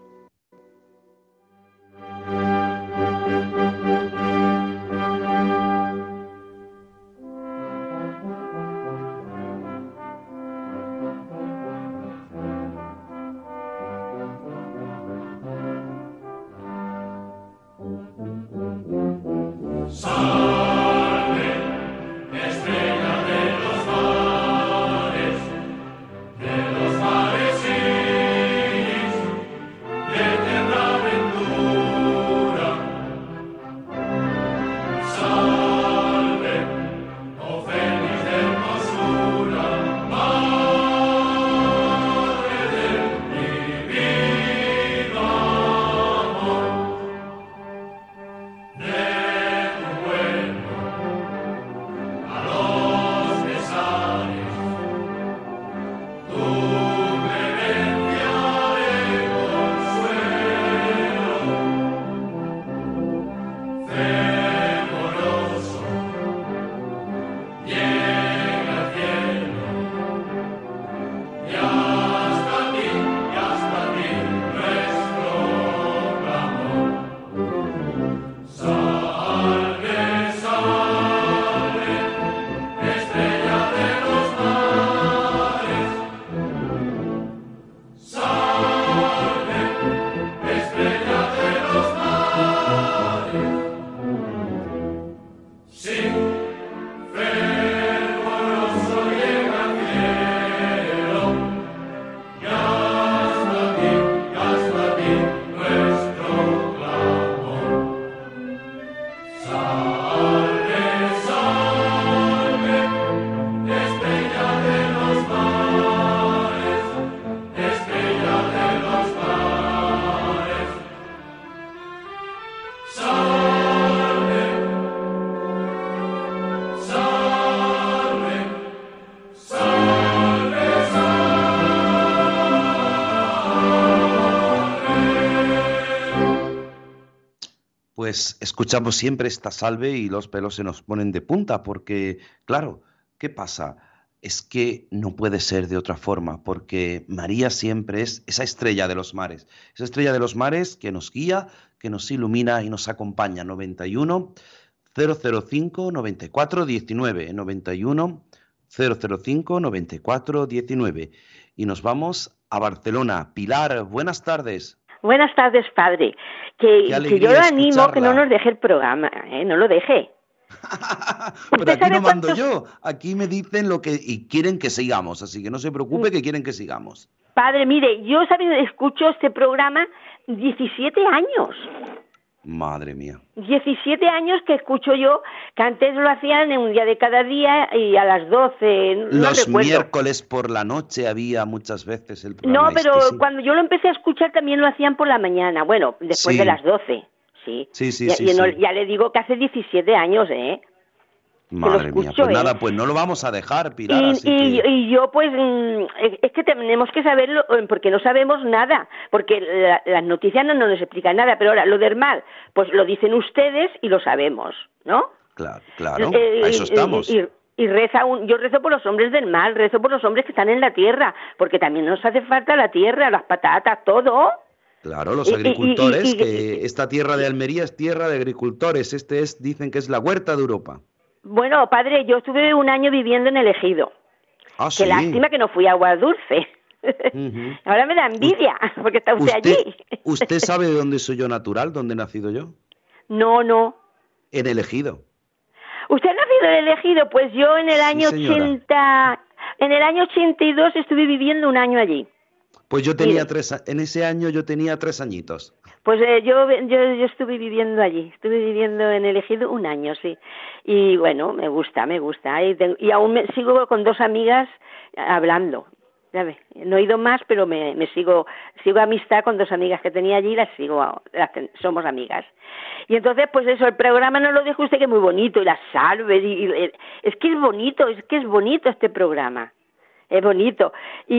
Speaker 1: Salve,
Speaker 3: Pues escuchamos siempre esta salve y los pelos se nos ponen de punta, porque, claro, ¿qué pasa? Es que no puede ser de otra forma, porque María siempre es esa estrella de los mares, esa estrella de los mares que nos guía, que nos ilumina y nos acompaña. noventa y uno, cero cero cinco, noventa y cuatro, diecinueve, noventa y uno, cero cero cinco, noventa y cuatro, diecinueve. Y nos vamos a Barcelona. Pilar, buenas tardes.
Speaker 8: Buenas tardes, padre. Que, que yo lo animo que no nos deje el programa, ¿eh? No lo deje.
Speaker 3: Pero aquí no mando
Speaker 8: cuántos...
Speaker 3: yo, aquí me dicen lo que y quieren que sigamos, así que no se preocupe que quieren que sigamos.
Speaker 8: Padre, mire, yo ¿sabes? escucho este programa diecisiete años.
Speaker 3: Madre mía.
Speaker 8: diecisiete años que escucho yo, que antes lo hacían en un día de cada día y a las doce. No
Speaker 3: Los
Speaker 8: recuerdo.
Speaker 3: Miércoles por la noche había muchas veces el programa.
Speaker 8: No, pero
Speaker 3: este, sí.
Speaker 8: Cuando yo lo empecé a escuchar también lo hacían por la mañana, bueno, después
Speaker 3: sí.
Speaker 8: de las doce. Sí,
Speaker 3: sí, sí,
Speaker 8: ya,
Speaker 3: sí,
Speaker 8: y no,
Speaker 3: sí.
Speaker 8: ya le digo que hace diecisiete años, ¿eh?
Speaker 3: Madre
Speaker 8: escucho,
Speaker 3: mía, pues
Speaker 8: ¿eh?
Speaker 3: nada, pues no lo vamos a dejar, Pilar.
Speaker 8: Y,
Speaker 3: así
Speaker 8: y,
Speaker 3: que...
Speaker 8: y yo, pues, es que tenemos que saberlo, porque no sabemos nada, porque la, las noticias no nos explican nada, pero ahora, lo del mal, pues lo dicen ustedes y lo sabemos, ¿no?
Speaker 3: Claro, claro,
Speaker 8: eh,
Speaker 3: a eso estamos.
Speaker 8: Y, y, y reza un, yo rezo por los hombres del mal, rezo por los hombres que están en la tierra, porque también nos hace falta la tierra, las patatas, todo.
Speaker 3: Claro, los agricultores,
Speaker 8: y, y, y,
Speaker 3: que esta tierra de Almería es tierra de agricultores, este es, dicen que es la huerta de Europa.
Speaker 8: Bueno, padre, yo estuve un año viviendo en el Ejido.
Speaker 3: Ah,
Speaker 8: Qué
Speaker 3: sí.
Speaker 8: lástima que no fui a Agua Dulce. Uh-huh. Ahora me da envidia, porque está usted,
Speaker 3: usted
Speaker 8: allí.
Speaker 3: ¿Usted sabe de dónde soy yo natural, dónde he nacido yo?
Speaker 8: No, no.
Speaker 3: En el Ejido.
Speaker 8: ¿Usted ha nacido en el Ejido? Pues yo en el año
Speaker 3: sí,
Speaker 8: ochenta, en el año ochenta y dos estuve viviendo un año allí.
Speaker 3: Pues yo tenía
Speaker 8: Mire.
Speaker 3: tres, en ese año yo tenía tres añitos.
Speaker 8: Pues eh, yo, yo yo estuve viviendo allí, estuve viviendo en el Ejido un año, sí. Y bueno, me gusta, me gusta. Y, tengo, y aún me, sigo con dos amigas hablando, ¿sabe? No he ido más, pero me, me sigo sigo amistad con dos amigas que tenía allí, las sigo, las, somos amigas. Y entonces, pues eso, el programa no lo dijo usted, que es muy bonito, y las salves, y, y, es que es bonito, es que es bonito este programa. Es bonito.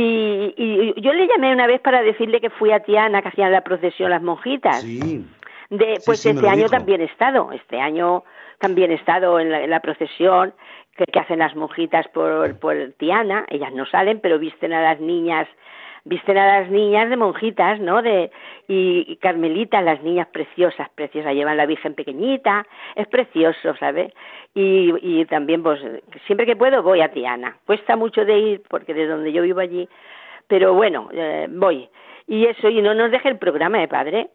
Speaker 8: Y, y yo le llamé una vez para decirle que fui a Tiana, que hacían la procesión las monjitas.
Speaker 3: Sí.
Speaker 8: De, pues
Speaker 3: sí, sí,
Speaker 8: este año
Speaker 3: dijo.
Speaker 8: también he estado, este año también he estado en la, en la procesión que, que hacen las monjitas por, por Tiana. Ellas no salen, pero visten a las niñas, visten a las niñas de monjitas, ¿no? De y, y carmelitas, las niñas preciosas, preciosas, llevan la Virgen pequeñita, es precioso, ¿sabes? Y, y también, pues, siempre que puedo voy a Tiana. Cuesta mucho de ir, porque de donde yo vivo allí, pero bueno, eh, voy. Y eso, y no nos deje el programa, ¿eh, padre?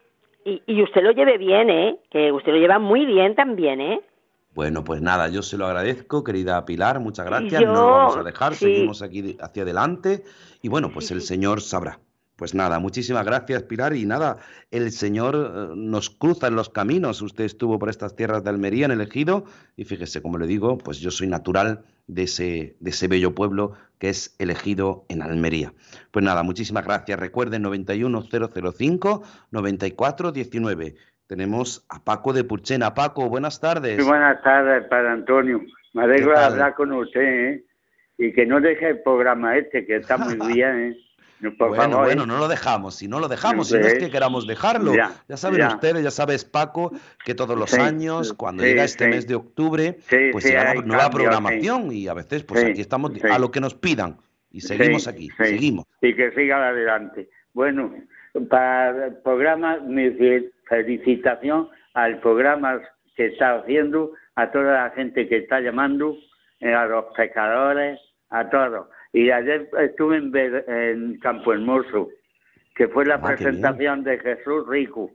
Speaker 8: Y, y usted lo lleve bien, ¿eh? Que usted lo lleva muy bien también, ¿eh?
Speaker 3: Bueno, pues nada, yo se lo agradezco, querida Pilar, muchas gracias,
Speaker 8: yo,
Speaker 3: no lo vamos a dejar,
Speaker 8: sí.
Speaker 3: seguimos aquí hacia adelante y bueno, pues
Speaker 8: sí,
Speaker 3: el
Speaker 8: sí.
Speaker 3: Señor sabrá. Pues nada, muchísimas gracias, Pilar, y nada, el Señor eh, nos cruza en los caminos. Usted estuvo por estas tierras de Almería, en el Ejido, y fíjese, como le digo, pues yo soy natural de ese, de ese bello pueblo que es el Ejido en Almería. Pues nada, muchísimas gracias. Recuerden, noventa y uno, cero cero cinco, noventa y cuatro, diecinueve. Tenemos a Paco de Purchena. Paco, buenas tardes.
Speaker 9: Muy buenas tardes, Padre Antonio. Me alegro de hablar con usted, ¿eh? Y que no deje el programa este, que está muy bien, ¿eh? No, por
Speaker 3: bueno,
Speaker 9: favor,
Speaker 3: bueno,
Speaker 9: ¿eh?
Speaker 3: no lo dejamos, si no lo dejamos,
Speaker 9: Sí,
Speaker 3: si no es que queramos dejarlo.
Speaker 9: Ya,
Speaker 3: ya saben
Speaker 9: ya.
Speaker 3: ustedes, ya sabes, Paco, que todos los
Speaker 9: Sí,
Speaker 3: años, cuando
Speaker 9: sí,
Speaker 3: llega este
Speaker 9: sí.
Speaker 3: mes de octubre,
Speaker 9: Sí,
Speaker 3: pues
Speaker 9: sí,
Speaker 3: llega la
Speaker 9: hay
Speaker 3: nueva
Speaker 9: cambio,
Speaker 3: programación y a veces, pues
Speaker 9: Sí,
Speaker 3: aquí estamos
Speaker 9: sí.
Speaker 3: a lo que nos pidan y seguimos
Speaker 9: Sí,
Speaker 3: aquí,
Speaker 9: sí.
Speaker 3: seguimos.
Speaker 9: Y que siga adelante. Bueno, para el programa, mi fe- felicitación al programa que está haciendo, a toda la gente que está llamando, eh, a los pescadores, a todos. Y ayer estuve en, Be- en Campo Hermoso, que fue la
Speaker 3: Ah, qué
Speaker 9: presentación de Jesús Rico.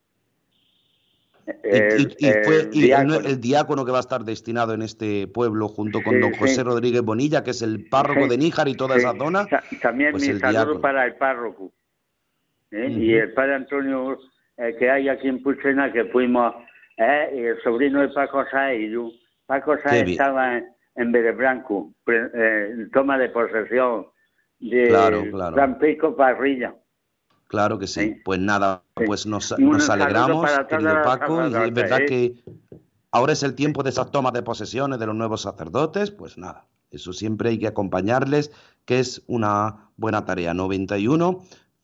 Speaker 3: Y,
Speaker 9: El-
Speaker 3: y- y fue
Speaker 9: el
Speaker 3: y el,
Speaker 9: diácono.
Speaker 3: el diácono que va a estar destinado en este pueblo junto con
Speaker 9: Sí,
Speaker 3: don José
Speaker 9: sí.
Speaker 3: Rodríguez Bonilla, que es el párroco
Speaker 9: Sí,
Speaker 3: de Níjar y toda
Speaker 9: sí.
Speaker 3: esa zona,
Speaker 9: Ta- También
Speaker 3: pues
Speaker 9: mi
Speaker 3: el
Speaker 9: saludo
Speaker 3: diácono.
Speaker 9: para el párroco. ¿eh?
Speaker 3: Ujú.
Speaker 9: Y el padre Antonio, eh, que hay aquí en Purchena, que fuimos, eh, y el sobrino de Paco Sáez y yo. Paco Sáez
Speaker 3: bien.
Speaker 9: estaba en, en Berebranco, pre- eh, en toma de posesión de
Speaker 3: Claro, claro.
Speaker 9: Francisco Parrilla.
Speaker 3: Claro que sí.
Speaker 9: Sí.
Speaker 3: Pues nada,
Speaker 9: Sí.
Speaker 3: pues nos,
Speaker 9: Un
Speaker 3: nos
Speaker 9: saludo
Speaker 3: alegramos,
Speaker 9: para todas
Speaker 3: querido
Speaker 9: las
Speaker 3: Paco, y es
Speaker 9: sacerdotes,
Speaker 3: verdad
Speaker 9: ¿eh?
Speaker 3: que ahora es el tiempo de esas tomas de posesiones de los nuevos sacerdotes, pues nada, eso siempre hay que acompañarles, que es una buena tarea. noventa y uno,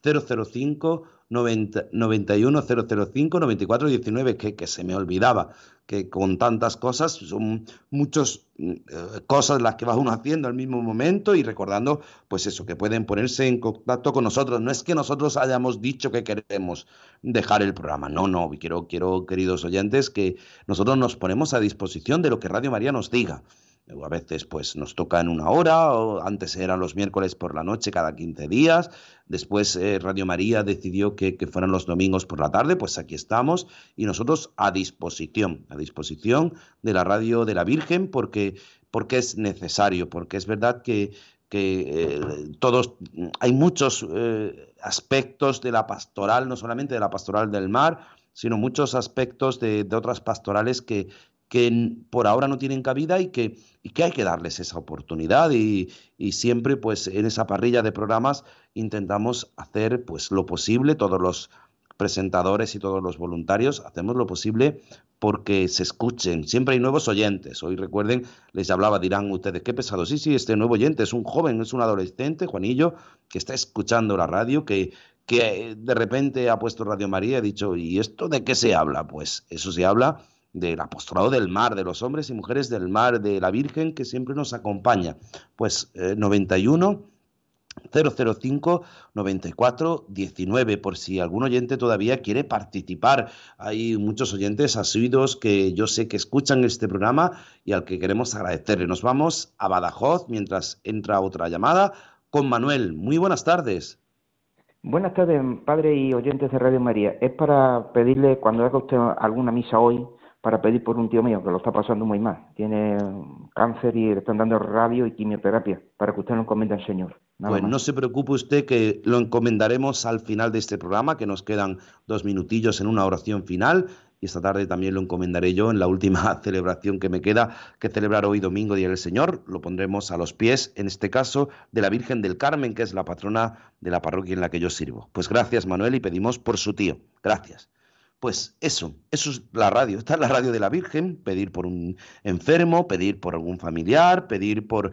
Speaker 3: cero cero cinco, noventa y uno, cero cero cinco, noventa y cuatro diecinueve, que, que se me olvidaba, que con tantas cosas, son muchas eh, cosas las que va uno haciendo al mismo momento y recordando, pues eso, que pueden ponerse en contacto con nosotros. No es que nosotros hayamos dicho que queremos dejar el programa, no, no, quiero, quiero, queridos oyentes, que nosotros nos ponemos a disposición de lo que Radio María nos diga. A veces pues nos toca en una hora, o antes eran los miércoles por la noche cada quince días, después eh, Radio María decidió que, que fueran los domingos por la tarde, pues aquí estamos y nosotros a disposición, a disposición de la Radio de la Virgen porque, porque es necesario, porque es verdad que, que eh, todos, hay muchos eh, aspectos de la pastoral, no solamente de la pastoral del mar, sino muchos aspectos de, de otras pastorales que que por ahora no tienen cabida y que, y que hay que darles esa oportunidad y, y siempre pues en esa parrilla de programas intentamos hacer pues lo posible, todos los presentadores y todos los voluntarios hacemos lo posible porque se escuchen, siempre hay nuevos oyentes. Hoy recuerden, les hablaba, dirán ustedes, qué pesado, sí, sí, este nuevo oyente es un joven, es un adolescente, Juanillo, que está escuchando la radio, que que de repente ha puesto Radio María y ha dicho, ¿y esto de qué se habla? Pues eso se habla del apostolado del mar, de los hombres y mujeres del mar, de la Virgen que siempre nos acompaña. Pues eh, noventa y uno, cero cero cinco, noventa y cuatro diecinueve, por si algún oyente todavía quiere participar. Hay muchos oyentes asiduos que yo sé que escuchan este programa y al que queremos agradecerle. Nos vamos a Badajoz mientras entra otra llamada con Manuel. Muy buenas tardes.
Speaker 10: Buenas tardes, padre y oyentes de Radio María. Es para pedirle, cuando haga usted alguna misa hoy, para pedir por un tío mío que lo está pasando muy mal. Tiene cáncer y le están dando radio y quimioterapia, para que usted lo encomiende al Señor. Nada
Speaker 3: Pues
Speaker 10: más.
Speaker 3: no se preocupe usted, que lo encomendaremos al final de este programa, que nos quedan dos minutillos en una oración final, y esta tarde también lo encomendaré yo en la última celebración que me queda, que celebrar hoy domingo, Día del Señor. Lo pondremos a los pies, en este caso, de la Virgen del Carmen, que es la patrona de la parroquia en la que yo sirvo. Pues gracias, Manuel, y pedimos por su tío. Gracias. Pues eso, eso es la radio, esta es la radio de la Virgen, pedir por un enfermo, pedir por algún familiar, pedir por,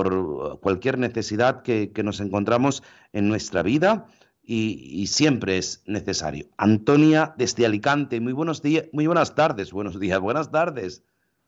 Speaker 3: por cualquier necesidad que, que nos encontramos en nuestra vida y, y siempre es necesario. Antonia desde Alicante, muy buenos días, muy buenas tardes, buenos días, buenas tardes.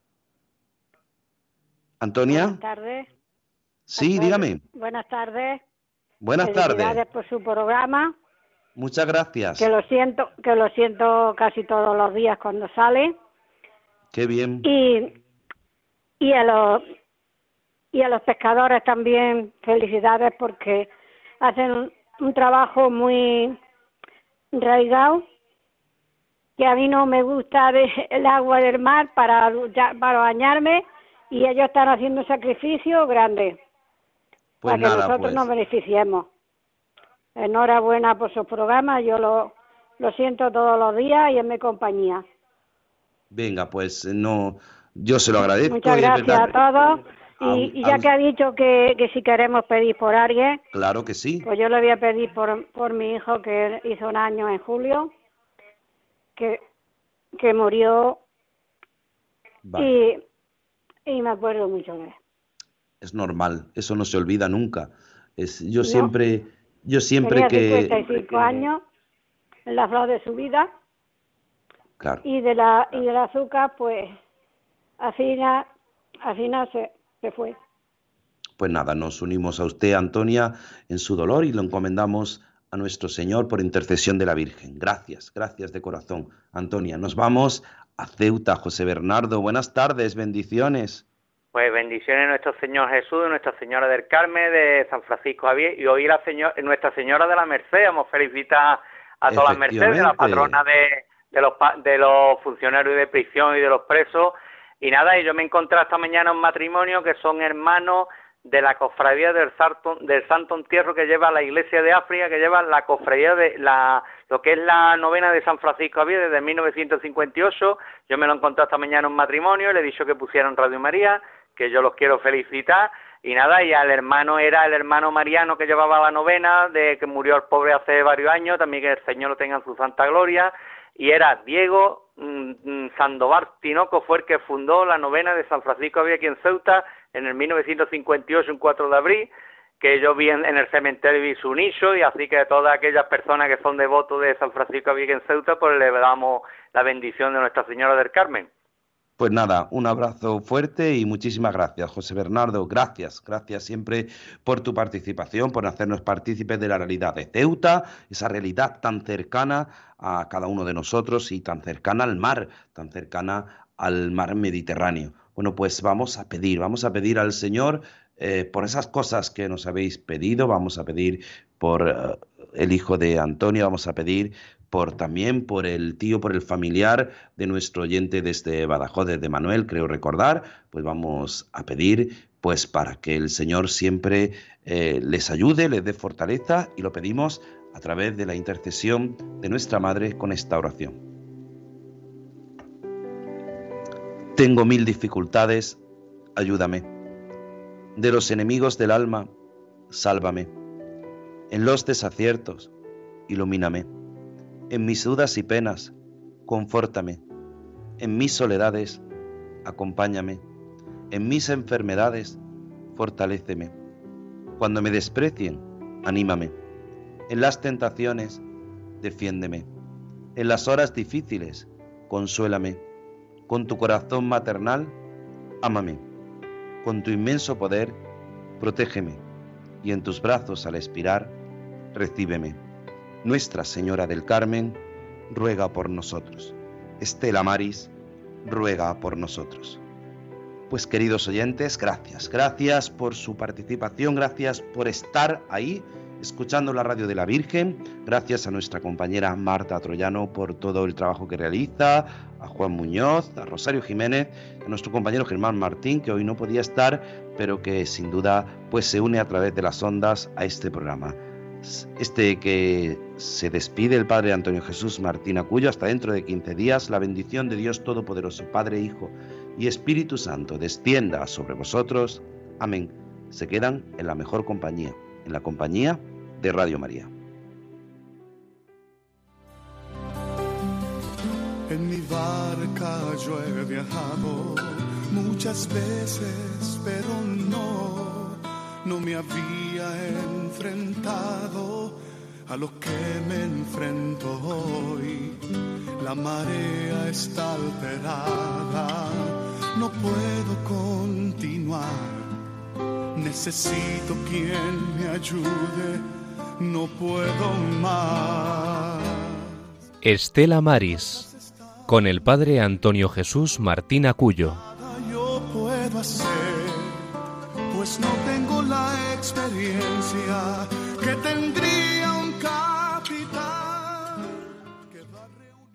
Speaker 3: Antonia.
Speaker 11: Buenas tardes.
Speaker 3: Sí, dígame.
Speaker 11: Buenas tardes.
Speaker 3: Buenas tardes.
Speaker 11: Felicidades por su programa.
Speaker 3: Muchas gracias.
Speaker 11: Que lo siento, que lo siento casi todos los días cuando sale.
Speaker 3: Qué bien.
Speaker 11: Y y a los y a los pescadores también felicidades porque hacen un, un trabajo muy arraigado, que a mí no me gusta de, el agua del mar para para bañarme y ellos están haciendo un sacrificio grande
Speaker 3: Pues
Speaker 11: para que
Speaker 3: nada,
Speaker 11: nosotros
Speaker 3: pues.
Speaker 11: nos beneficiemos. Enhorabuena por su programa, yo lo, lo siento todos los días y en mi compañía.
Speaker 3: Venga, pues no, yo se lo agradezco.
Speaker 11: Muchas
Speaker 3: y es
Speaker 11: gracias
Speaker 3: verdad,
Speaker 11: a todos. Y,
Speaker 3: aun-
Speaker 11: y ya
Speaker 3: aun-
Speaker 11: que ha dicho que, que si queremos pedir por alguien,
Speaker 3: Claro que sí.
Speaker 11: pues yo le voy a pedir por, por mi hijo que hizo un año en julio, que, que murió
Speaker 3: Vale.
Speaker 11: y, y me acuerdo mucho de él.
Speaker 3: Es normal, eso no se olvida nunca. Es, yo
Speaker 11: No.
Speaker 3: siempre, yo siempre
Speaker 11: Tenía
Speaker 3: que...
Speaker 11: cincuenta y cinco años, en la flor de su vida.
Speaker 3: Claro.
Speaker 11: Y de la y del azúcar, pues, al final, al final se, se fue.
Speaker 3: Pues nada, nos unimos a usted, Antonia, en su dolor y lo encomendamos a nuestro Señor por intercesión de la Virgen. Gracias, gracias de corazón, Antonia. Nos vamos a Ceuta. José Bernardo, buenas tardes, bendiciones.
Speaker 12: Pues bendiciones de nuestro Señor Jesús, de Nuestra Señora del Carmen, de San Francisco Javier y hoy la señor, Nuestra Señora de la Merced. Vamos a felicitar a todas las Mercedes, la patrona de, de, los, de los funcionarios de prisión y de los presos. Y nada, y yo me encontré esta mañana un matrimonio que son hermanos de la cofradía del Santo, del Santo Entierro que lleva la Iglesia de África, que lleva la cofradía de la lo que es la novena de San Francisco Javier desde mil novecientos cincuenta y ocho. Yo me lo encontré esta mañana un matrimonio, le he dicho que pusieran Radio María, que yo los quiero felicitar, y nada, y al hermano era el hermano Mariano que llevaba la novena, de que murió el pobre hace varios años, también que el Señor lo tenga en su santa gloria, y era Diego mmm, Sandoval Tinoco, fue el que fundó la novena de San Francisco Javier aquí en Ceuta en el mil novecientos cincuenta y ocho, un cuatro de abril, que yo vi en, en el cementerio vi su nicho, y así que todas aquellas personas que son devotos de San Francisco Javier en Ceuta, pues le damos la bendición de Nuestra Señora del Carmen.
Speaker 3: Pues nada, un abrazo fuerte y muchísimas gracias, José Bernardo. Gracias, gracias siempre por tu participación, por hacernos partícipes de la realidad de Ceuta, esa realidad tan cercana a cada uno de nosotros y tan cercana al mar, tan cercana al mar Mediterráneo. Bueno, pues vamos a pedir, vamos a pedir al Señor eh, por esas cosas que nos habéis pedido, vamos a pedir por uh, el hijo de Antonio, vamos a pedir por también por el tío, por el familiar de nuestro oyente desde Badajoz, desde Manuel, creo recordar, pues vamos a pedir pues para que el Señor siempre eh, les ayude, les dé fortaleza, y lo pedimos a través de la intercesión de nuestra Madre con esta oración. Tengo mil dificultades, ayúdame. De los enemigos del alma, sálvame. En los desaciertos, ilumíname. En mis dudas y penas, confórtame. En mis soledades, acompáñame. En mis enfermedades, fortaléceme. Cuando me desprecien, anímame. En las tentaciones, defiéndeme. En las horas difíciles, consuélame. Con tu corazón maternal, ámame. Con tu inmenso poder, protégeme. Y en tus brazos al expirar, recíbeme. Nuestra Señora del Carmen, ruega por nosotros. Estela Maris, ruega por nosotros. Pues queridos oyentes, gracias, gracias por su participación, gracias por estar ahí, escuchando la radio de la Virgen, gracias a nuestra compañera Marta Troyano por todo el trabajo que realiza, a Juan Muñoz, a Rosario Jiménez, a nuestro compañero Germán Martín, que hoy no podía estar, pero que sin duda pues se une a través de las ondas a este programa. Este que se despide el Padre Antonio Jesús Martín Acuyo, hasta dentro de quince días, la bendición de Dios Todopoderoso, Padre, Hijo y Espíritu Santo, descienda sobre vosotros. Amén. Se quedan en la mejor compañía, en la compañía de Radio María.
Speaker 1: En mi barca yo he viajado muchas veces, pero no, no me había enfrentado a lo que me enfrento hoy. La marea está alterada, no puedo continuar. Necesito quien me ayude, no puedo más.
Speaker 2: Estela Maris, con el Padre Antonio Jesús Martín Acuyo.
Speaker 1: Yo puedo hacer, pues no tengo la experiencia que tendría un